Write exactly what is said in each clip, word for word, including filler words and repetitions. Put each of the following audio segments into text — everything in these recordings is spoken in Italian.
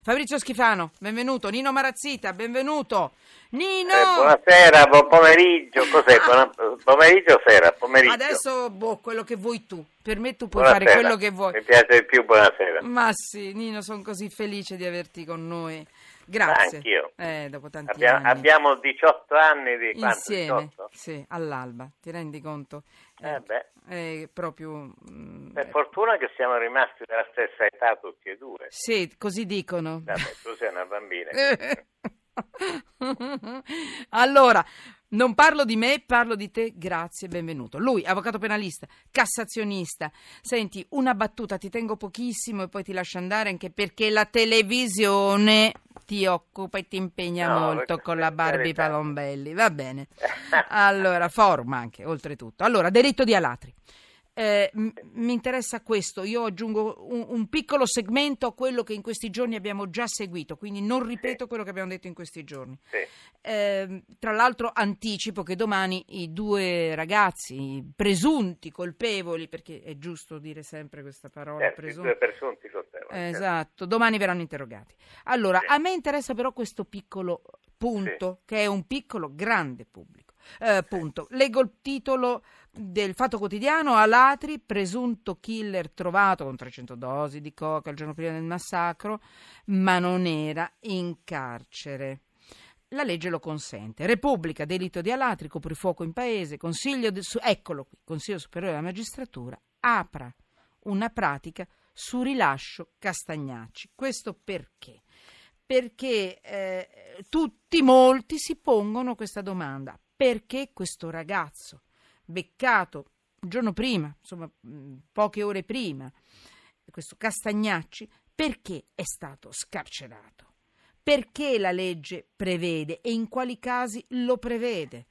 Fabrizio Schifano, benvenuto. Nino Marazzita, benvenuto. Nino! Eh, buonasera, buon pomeriggio. Cos'è? Buona... pomeriggio o sera? Pomeriggio. Adesso, boh, quello che vuoi tu. Per me tu puoi Buonasera. fare quello che vuoi. Mi piace di più buonasera. Ma sì, Nino, sono così felice di averti con noi. Grazie. Ma anch'io. Eh, dopo tanti Abbia... anni. Abbiamo diciotto anni di quanto? Insieme, diciotto? sì, all'alba, ti rendi conto? Eh, beh. È proprio... Mm, per fortuna che siamo rimasti della stessa età tutti e due. Sì, così dicono. Vabbè, tu sei una bambina. Allora, non parlo di me, parlo di te, grazie, benvenuto. Lui, avvocato penalista, cassazionista. Senti, una battuta, ti tengo pochissimo e poi ti lascio andare, anche perché la televisione ti occupa e ti impegna No, molto con la Barbie verità. Palombelli, va bene. Allora, forma anche, oltretutto. Allora, delitto di Alatri. Eh, m- mi interessa questo, io aggiungo un, un piccolo segmento a quello che in questi giorni abbiamo già seguito, quindi non ripeto Sì. quello che abbiamo detto in questi giorni. Sì. Eh, tra l'altro anticipo che domani i due ragazzi, i presunti colpevoli, perché è giusto dire sempre questa parola, Certo, i presunti, due presunti colpevoli. eh, certo. esatto, domani verranno interrogati. Allora, Sì. a me interessa però questo piccolo punto, Sì. che è un piccolo grande pubblico. Eh, punto. Leggo il titolo del Fatto Quotidiano: Alatri, presunto killer trovato con trecento dosi di coca il giorno prima del massacro, ma non era in carcere. La legge lo consente. Repubblica, delitto di Alatri, coprifuoco in paese, Consiglio de, su, eccolo qui, Consiglio Superiore della Magistratura apra una pratica su rilascio Castagnacci. Questo perché? Perché eh, tutti, molti si pongono questa domanda: perché questo ragazzo beccato il giorno prima, insomma poche ore prima, questo Castagnacci, perché è stato scarcerato? Perché la legge prevede e in quali casi lo prevede?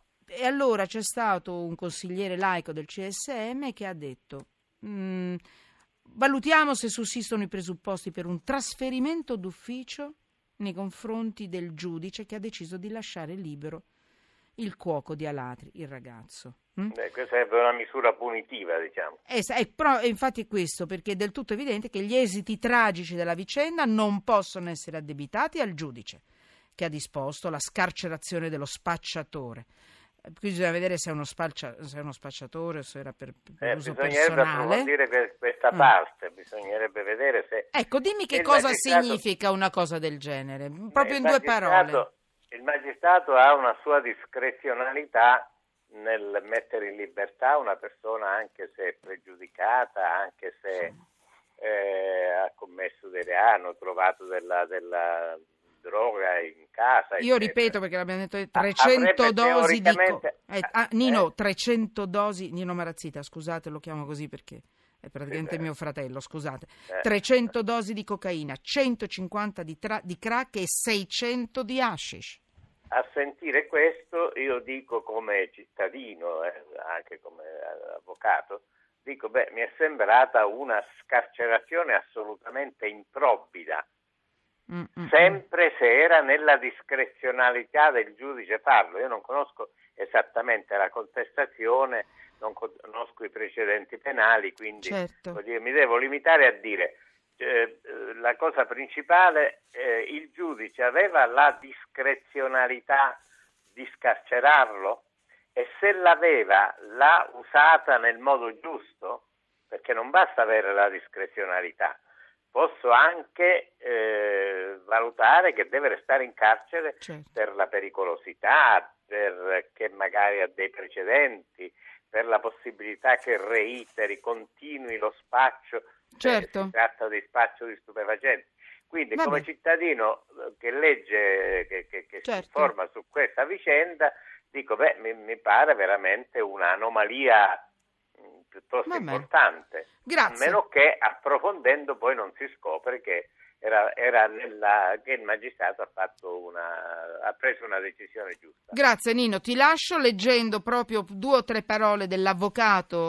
E allora c'è stato un consigliere laico del C S M che ha detto: mm, valutiamo se sussistono i presupposti per un trasferimento d'ufficio nei confronti del giudice che ha deciso di lasciare libero il cuoco di Alatri, il ragazzo. Mm? Beh, questa è una misura punitiva, diciamo. Eh, è, però, infatti è questo, perché è del tutto evidente che gli esiti tragici della vicenda non possono essere addebitati al giudice che ha disposto la scarcerazione dello spacciatore. Qui bisogna vedere se è uno, spaccia, se è uno spacciatore o se era per, per Eh, uso bisognerebbe personale. approfondire que- questa Mm. parte, bisognerebbe vedere se... Ecco, dimmi che il cosa magistrato- significa una cosa del genere, proprio il in due magistrato- parole. Il magistrato ha una sua discrezionalità nel mettere in libertà una persona anche se è pregiudicata, anche se eh, ha commesso dei reati, hanno trovato della, della droga in casa. Io eccetera. ripeto, perché l'abbiamo detto, A- trecento avrebbe dosi di... Co- teoricamente- eh, ah, Nino, eh? trecento dosi, Nino Marazzita, scusate, lo chiamo così perché è praticamente Sì, mio fratello, scusate. Eh. trecento dosi di cocaina, centocinquanta di, tra- di crack e seicento di hashish. A sentire questo io dico come cittadino, eh, anche come avvocato, dico beh, mi è sembrata una scarcerazione assolutamente improvvida, Mm-mm. sempre se era nella discrezionalità del giudice farlo. Io non conosco esattamente la contestazione, non conosco i precedenti penali, quindi Certo. voglio dire, mi devo limitare a dire Eh, la cosa principale, eh, il giudice aveva la discrezionalità di scarcerarlo, e se l'aveva l'ha usata nel modo giusto, perché non basta avere la discrezionalità, posso anche eh, valutare che deve restare in carcere Certo. per la pericolosità, perché magari ha dei precedenti, per la possibilità che reiteri, continui lo spaccio. Certo. Eh, si tratta di spaccio di stupefacenti. Quindi Vabbè. come cittadino che legge, che, che, che Certo. si informa su questa vicenda, dico, beh, mi, mi pare veramente un'anomalia mh, piuttosto Va bene. importante. Grazie. A meno che approfondendo poi non si scopre che era, era nella, che il magistrato ha fatto una, ha preso una decisione giusta. Grazie Nino, ti lascio leggendo proprio due o tre parole dell'avvocato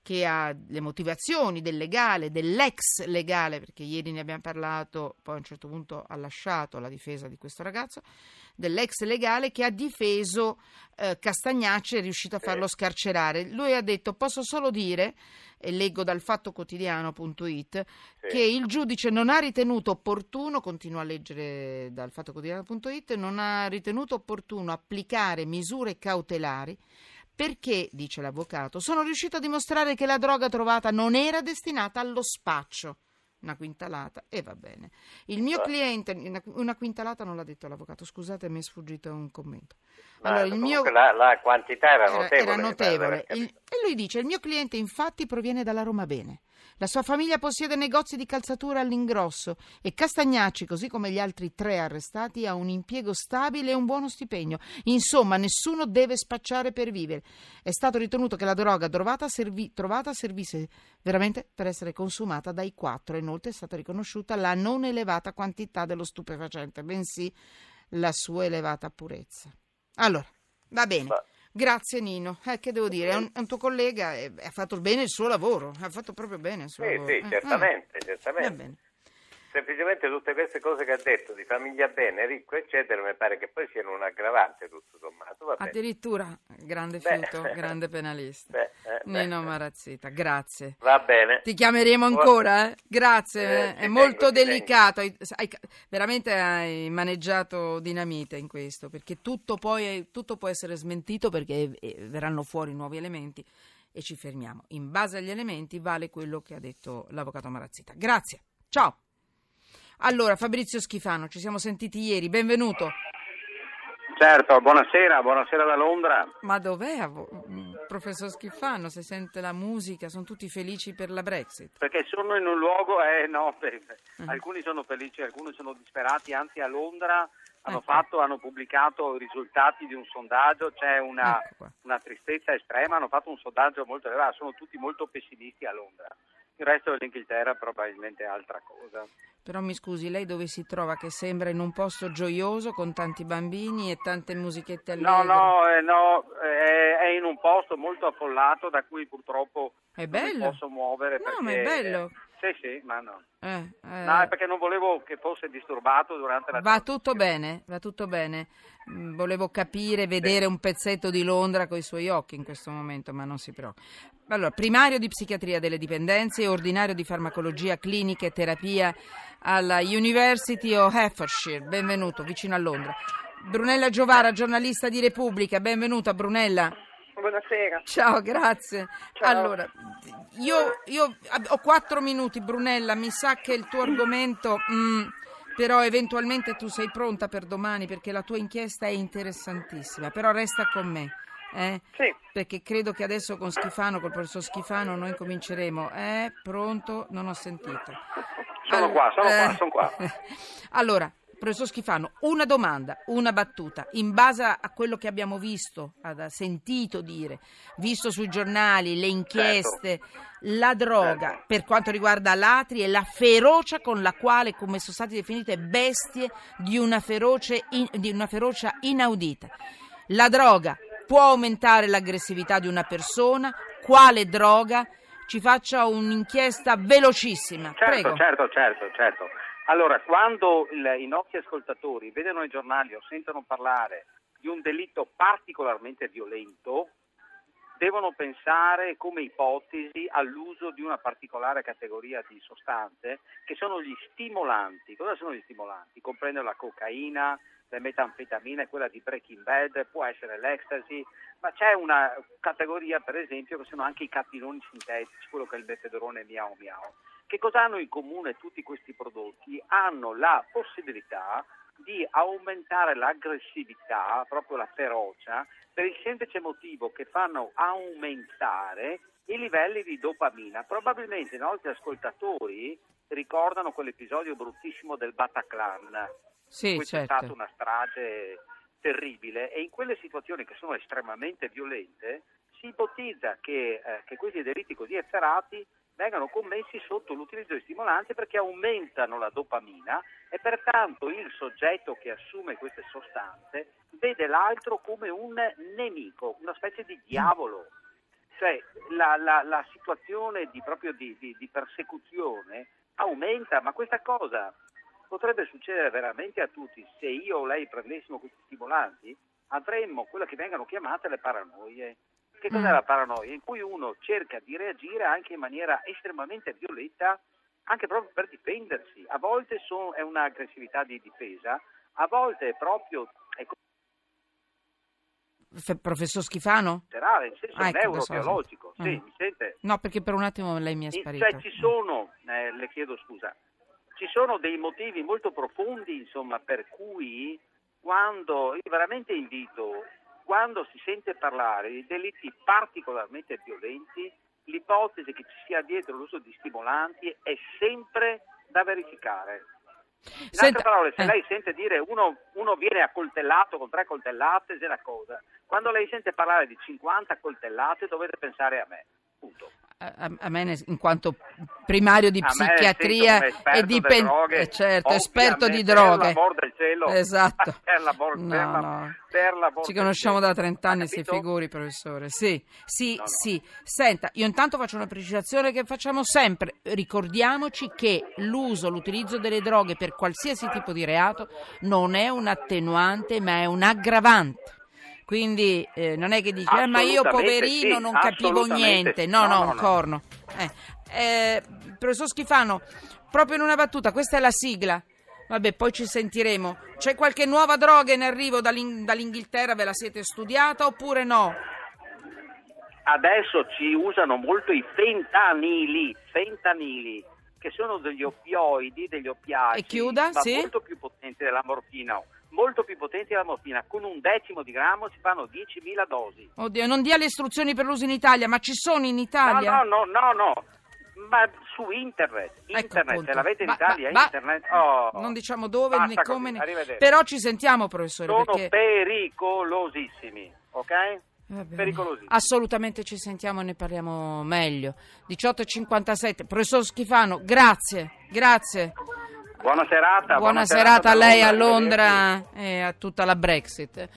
che ha le motivazioni del legale, dell'ex legale, perché ieri ne abbiamo parlato, poi a un certo punto ha lasciato la difesa di questo ragazzo, dell'ex legale che ha difeso eh, Castagnacci, è riuscito a farlo scarcerare. Lui ha detto: posso solo dire, e leggo dal fattoquotidiano punto it, Sì. che il giudice non ha ritenuto opportuno, continua a leggere dal fattoquotidiano punto it, non ha ritenuto opportuno applicare misure cautelari perché, dice l'avvocato, sono riuscito a dimostrare che la droga trovata non era destinata allo spaccio. Una quintalata, e va bene. Il mio cliente, una, una quintalata non l'ha detto l'avvocato, scusate, mi è sfuggito un commento. Allora, il mio, la, la quantità era, era notevole. Era notevole. Il, e lui dice: il mio cliente infatti proviene dalla Roma Bene. La sua famiglia possiede negozi di calzatura all'ingrosso e Castagnacci, così come gli altri tre arrestati, ha un impiego stabile e un buono stipendio. Insomma, nessuno deve spacciare per vivere. È stato ritenuto che la droga trovata, servi, trovata servisse veramente per essere consumata dai quattro. Inoltre è stata riconosciuta la non elevata quantità dello stupefacente, bensì la sua elevata purezza. Allora, va bene. Ma... Grazie Nino, eh, che devo dire, è un, è un tuo collega e ha fatto bene il suo lavoro, ha fatto proprio bene il suo sì, lavoro. Sì, eh, certamente, eh. certamente. Va bene. Semplicemente tutte queste cose che ha detto di famiglia bene, ricco, eccetera, mi pare che poi siano un aggravante tutto sommato. Va bene. Addirittura, grande Beh. fiuto, grande penalista. Beh, eh, Nino beh. Marazzita, grazie. Va bene. Ti chiameremo ancora, eh? Grazie, Eh, eh, è ci molto tengo, ci delicato, hai, hai, veramente hai maneggiato dinamite in questo, perché tutto poi tutto può essere smentito perché eh, verranno fuori nuovi elementi e ci fermiamo. In base agli elementi vale quello che ha detto l'avvocato Marazzita. Grazie, ciao. Allora, Fabrizio Schifano, ci siamo sentiti ieri, benvenuto. Certo, buonasera, buonasera da Londra. Ma dov'è, professor Schifano? Se sente la musica, sono tutti felici per la Brexit? Perché sono in un luogo, eh no, uh-huh. alcuni sono felici, alcuni sono disperati, anzi a Londra hanno ecco. fatto, hanno pubblicato i risultati di un sondaggio, c'è una, ecco una tristezza estrema, hanno fatto un sondaggio molto elevato, sono tutti molto pessimisti a Londra. Il resto dell'Inghilterra probabilmente è altra cosa. Però mi scusi, lei dove si trova? Che sembra in un posto gioioso con tanti bambini e tante musichette allegre. No, no, eh, no eh, è in un posto molto affollato da cui purtroppo è non bello. mi posso muovere. No, perché, ma è bello. Eh, sì, sì, ma no. Eh, eh, No, è perché non volevo che fosse disturbato durante la Va tutto bene, va tutto bene. Mm, volevo capire, vedere un pezzetto di Londra coi suoi occhi in questo momento, ma non si preoccupi. Allora, primario di psichiatria delle dipendenze e ordinario di farmacologia clinica e terapia alla University of Hertfordshire. Benvenuto, vicino a Londra. Brunella Giovara, giornalista di Repubblica. Benvenuta, Brunella. Buonasera. Ciao, grazie. Ciao. Allora, io, io ho quattro minuti, Brunella. Mi sa che il tuo argomento... Mm, però eventualmente tu sei pronta per domani perché la tua inchiesta è interessantissima. Però resta con me. Eh? Sì. Perché credo che adesso con Schifano, col professor Schifano, noi cominceremo. Eh, pronto? Non ho sentito. Sono All- qua, sono eh, qua, sono qua. Allora, professor Schifano, una domanda, una battuta. In base a quello che abbiamo visto, ad, sentito dire, visto sui giornali, le inchieste, certo. la droga, certo. per quanto riguarda l'Atri, e la ferocia con la quale, come sono state definite, bestie di una, feroce in, di una ferocia inaudita. La droga può aumentare l'aggressività di una persona? Quale droga? Ci faccia un'inchiesta velocissima. Certo, Prego. certo, certo, certo. Allora, quando il, i nostri ascoltatori vedono i giornali o sentono parlare di un delitto particolarmente violento, devono pensare come ipotesi all'uso di una particolare categoria di sostanze che sono gli stimolanti. Cosa sono gli stimolanti? Comprende la cocaina, le metanfetamine, quella di Breaking Bad, può essere l'ecstasy, ma c'è una categoria per esempio che sono anche i cattinoni sintetici, quello che è il mefedrone miau miau. Che cosa hanno in comune tutti questi prodotti? Hanno la possibilità di aumentare l'aggressività, proprio la ferocia, per il semplice motivo che fanno aumentare i livelli di dopamina. Probabilmente i nostri ascoltatori ricordano quell'episodio bruttissimo del Bataclan. Sì, Qui certo. C'è stata una strage terribile e in quelle situazioni che sono estremamente violente si ipotizza che, eh, che questi delitti così efferati vengano commessi sotto l'utilizzo di stimolanti perché aumentano la dopamina e pertanto il soggetto che assume queste sostanze vede l'altro come un nemico, una specie di diavolo. Cioè la, la, la situazione di, proprio di, di, di persecuzione aumenta, ma questa cosa potrebbe succedere veramente a tutti. Se io o lei prendessimo questi stimolanti, avremmo quelle che vengono chiamate le paranoie. Che cos'è mm. la paranoia? In cui uno cerca di reagire anche in maniera estremamente violenta, anche proprio per difendersi. A volte sono, è un'aggressività di difesa, a volte è proprio... È F- professor Schifano? in senso ah, ecco, neurobiologico, so. sì, mm. mi sente? No, perché per un attimo lei mi è sparito. Cioè ci sono, eh, le chiedo scusa, ci sono dei motivi molto profondi, insomma, per cui quando, io veramente invito, quando si sente parlare di delitti particolarmente violenti, l'ipotesi che ci sia dietro l'uso di stimolanti è sempre da verificare. In Senta, altre parole, se eh. lei sente dire uno, uno viene accoltellato con tre coltellate, è una cosa. Quando lei sente parlare di cinquanta coltellate, dovete pensare a me. Punto. A, a me, in quanto primario di a psichiatria e di pen... droghe, eh certo, esperto di droghe. Per l'amor del cielo. Esatto. per l'amor, no, per la, no. Per l'amor Ci conosciamo del da trent'anni, si capito? figuri, professore. Sì, sì, no, no. sì. Senta, io intanto faccio una precisazione che facciamo sempre. Ricordiamoci che l'uso, l'utilizzo delle droghe per qualsiasi tipo di reato non è un attenuante, ma è un aggravante. Quindi eh, non è che dice, eh, ma io poverino sì, non capivo niente. Sì. No, no, no, un no, no. corno. Eh, eh, professor Schifano, proprio in una battuta, questa è la sigla. Vabbè, poi ci sentiremo. C'è qualche nuova droga in arrivo dall'Ing- dall'Inghilterra? Ve la siete studiata oppure no? Adesso ci usano molto i fentanili, fentanili, che sono degli oppioidi, degli oppiacei, E chiuda, ma sì? molto più potenti della morfina. Molto più potenti della morfina, con un decimo di grammo si fanno diecimila dosi. Oddio, non dia le istruzioni per l'uso in Italia, ma ci sono in Italia? No, no, no, no, no, ma su internet, internet, ecco, se l'avete in ma, Italia, ma, internet, oh, non diciamo dove né come, così, né... però ci sentiamo, professore. Sono perché... pericolosissimi, ok? Pericolosissimi. Assolutamente ci sentiamo e ne parliamo meglio. diciotto e cinquantasette, professor Schifano, grazie, grazie. Buona serata. Buona, buona serata, serata a lei a Londra, Londra e a tutta la Brexit.